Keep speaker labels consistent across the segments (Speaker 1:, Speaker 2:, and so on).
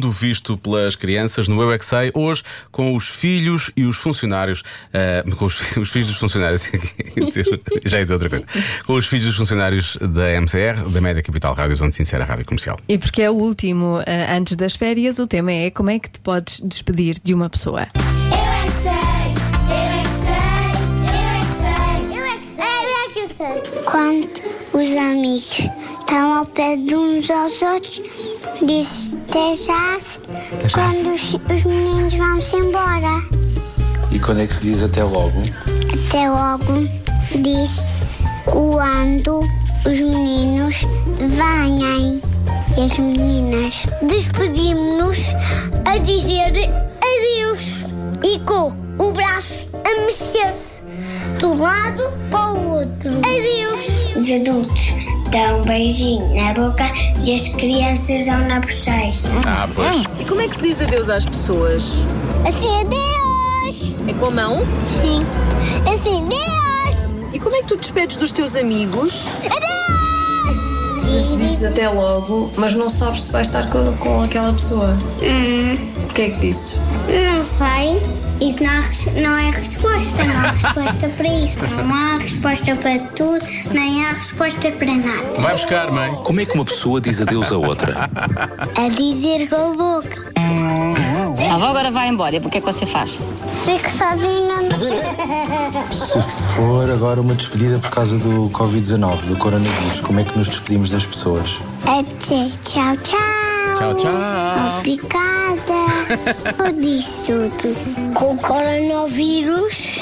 Speaker 1: tudo visto pelas crianças no Eu é Que Sei, hoje com os filhos e os funcionários. Com os filhos dos funcionários. Já ia dizer outra coisa. Com os filhos dos funcionários da MCR, da Média Capital Rádio, Zona Sincera, Rádio Comercial.
Speaker 2: E porque é o último antes das férias, o tema é como é que te podes despedir de uma pessoa.
Speaker 3: Quando os amigos estão ao pé de uns aos outros, diz até já. Quando os meninos vão-se embora.
Speaker 4: E quando é que se diz até logo?
Speaker 3: Até logo diz quando os meninos venham. E as meninas despedimos-nos a dizer adeus e com o braço a mexer-se de um lado para o outro. Adeus. Os adultos dão um beijinho na boca e as crianças dão na bochecha.
Speaker 1: Pois.
Speaker 2: E como é que se diz adeus às pessoas?
Speaker 3: Assim, adeus.
Speaker 2: É com a mão?
Speaker 3: Sim. Assim, adeus.
Speaker 2: E como é que tu te despedes dos teus amigos?
Speaker 3: Adeus.
Speaker 5: Se dizes até logo, mas não sabes se vais estar com aquela pessoa. O que é que dizes?
Speaker 3: Não sei. Isso não é resposta. Não há resposta para isso. Não há resposta para tudo, nem há resposta para nada.
Speaker 1: Vai buscar, mãe.
Speaker 6: Como é que uma pessoa diz adeus a outra?
Speaker 3: A dizer com a boca.
Speaker 7: A avó agora vai embora. E o que é que você faz?
Speaker 3: Fico sozinha.
Speaker 4: Se for agora uma despedida por causa do Covid-19, do coronavírus, como é que nos despedimos das pessoas?
Speaker 3: É dizer tchau, tchau.
Speaker 1: Tchau, tchau.
Speaker 3: Obrigada. Eu disse tudo. Com o coronavírus,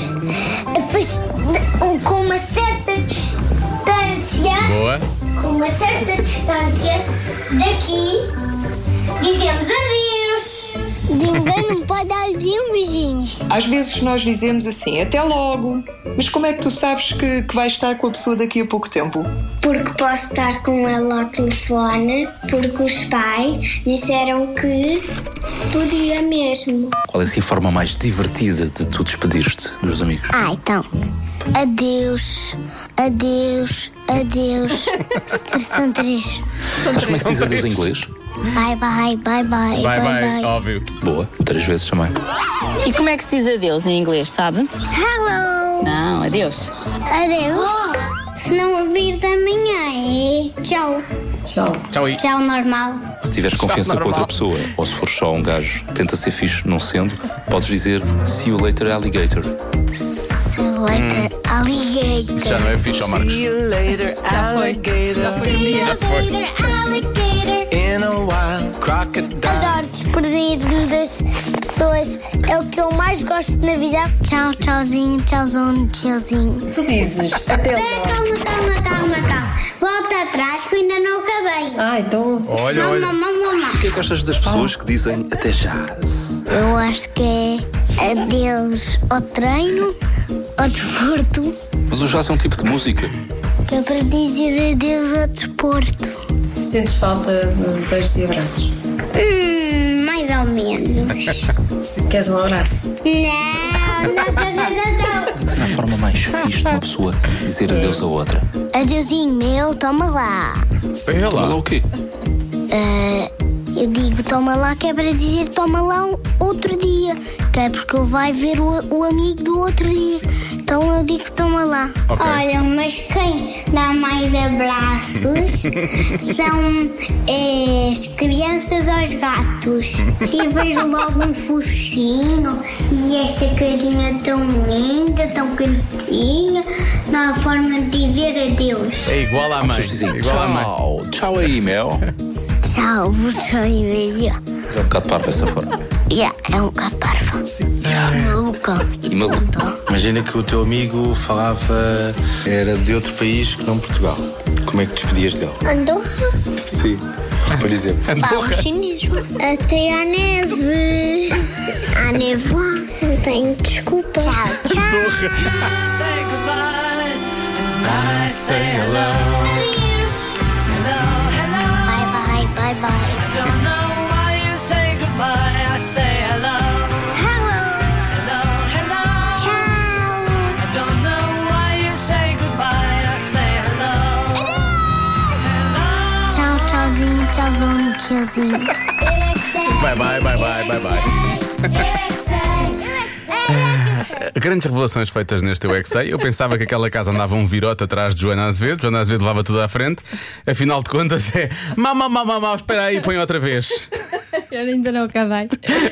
Speaker 3: com uma certa distância.
Speaker 1: Boa.
Speaker 3: Com uma certa distância daqui, dizemos adeus. Ninguém não pode dar beijinhos.
Speaker 5: Às vezes nós dizemos assim, até logo. Mas como é que tu sabes que vais estar com a pessoa daqui a pouco tempo?
Speaker 3: Porque posso estar com ela ao telefone, porque os pais disseram que podia mesmo.
Speaker 6: Qual é assim a forma mais divertida de tu despedir-te dos amigos?
Speaker 3: Então, adeus, adeus, adeus. São três.
Speaker 6: Sabes como é que se diz adeus em inglês?
Speaker 3: Bye, bye, bye, bye,
Speaker 1: Bye, óbvio.
Speaker 6: Boa, 3 vezes também.
Speaker 7: E como é que se diz adeus em inglês, sabe?
Speaker 3: Hello.
Speaker 7: Não, adeus.
Speaker 3: Adeus. Se não ouvir da manhã é tchau.
Speaker 5: Tchau.
Speaker 1: Tchau aí.
Speaker 3: Tchau normal.
Speaker 6: Se tiveres confiança com
Speaker 1: normal.
Speaker 6: outra pessoa, ou se for só um gajo que tenta ser fixe não sendo, podes dizer see you later, alligator.
Speaker 3: See you later, alligator.
Speaker 1: Isso já não é fixe, ó Marcos.
Speaker 2: Já foi um dia.
Speaker 3: Alligator. Adoro despedir-me das pessoas. É o que eu mais gosto na vida. Tchau, tchauzinho, tchauzão, tchauzinho.
Speaker 5: Tu dizes até logo.
Speaker 3: Calma. Volta atrás que eu ainda não acabei.
Speaker 5: Então...
Speaker 1: Olha.
Speaker 6: O que é que achas das pessoas que dizem até já?
Speaker 3: Eu acho que é adeus ao treino, ao desporto,
Speaker 6: Mas o jazz é um tipo de música.
Speaker 3: que é para dizer adeus ao desporto.
Speaker 5: Sentes falta de beijos e abraços?
Speaker 3: Mais ou menos.
Speaker 5: Queres um abraço?
Speaker 3: Não.
Speaker 6: Será a forma mais fixe de uma pessoa dizer adeus a outra?
Speaker 3: Adeusinho meu, toma lá.
Speaker 1: Olha
Speaker 6: Olha lá
Speaker 1: lá.
Speaker 6: o quê?
Speaker 3: Eu digo toma lá que é para dizer toma lá outro dia. Que é porque ele vai ver o amigo do outro dia. Então eu digo toma lá.
Speaker 1: Ok.
Speaker 3: Olha, mas quem dá mais abraços são as crianças aos gatos. E vejo logo um fofinho e essa carinha tão linda, tão quentinha. Não há forma de dizer adeus.
Speaker 1: É igual à mãe.
Speaker 6: As pessoas dizem
Speaker 1: Igual à mãe.
Speaker 6: tchau, tchau aí, Mel.
Speaker 3: Tchau, tchau e meio.
Speaker 6: É um bocado parvo essa forma.
Speaker 3: É um bocado parvo. Maluca.
Speaker 6: E maluco.
Speaker 4: Imagina que o teu amigo falava, era de outro país que não Portugal. Como é que te despedias dele?
Speaker 3: Andorra.
Speaker 4: Sim, por exemplo.
Speaker 3: Fala chinês. Até à neve. À neve lá. Não tenho desculpa. Tchau, tchau.
Speaker 1: Say hello.
Speaker 3: Bye, bye. Hello. Tchau. Tchauzinho.
Speaker 1: Vai Bye bye, bye bye, bye bye. Grandes revelações feitas neste Eu é Que Sei. Eu pensava que aquela casa andava um virote atrás de Joana Azevedo. Joana Azevedo levava tudo à frente. Afinal de contas é mamá, espera aí, põe outra vez.
Speaker 2: Eu ainda não acabei.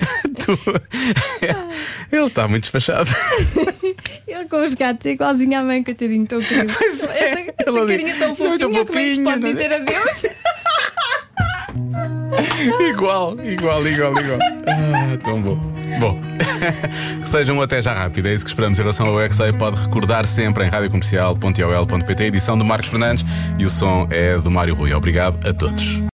Speaker 1: Ele está muito despachado.
Speaker 2: Ele com os gatos é igualzinho à mãe, coitadinho, tão querido.
Speaker 1: Pois é.
Speaker 2: Esta carinha tão fofinha, como é que se pode
Speaker 1: não é?
Speaker 2: dizer adeus?
Speaker 1: Igual. Tão bom. Bom, que sejam até já rápido. É isso que esperamos em relação ao UXA. Pode recordar sempre em radiocomercial.ol.pt, edição do Marcos Fernandes, e o som é do Mário Rui. Obrigado a todos.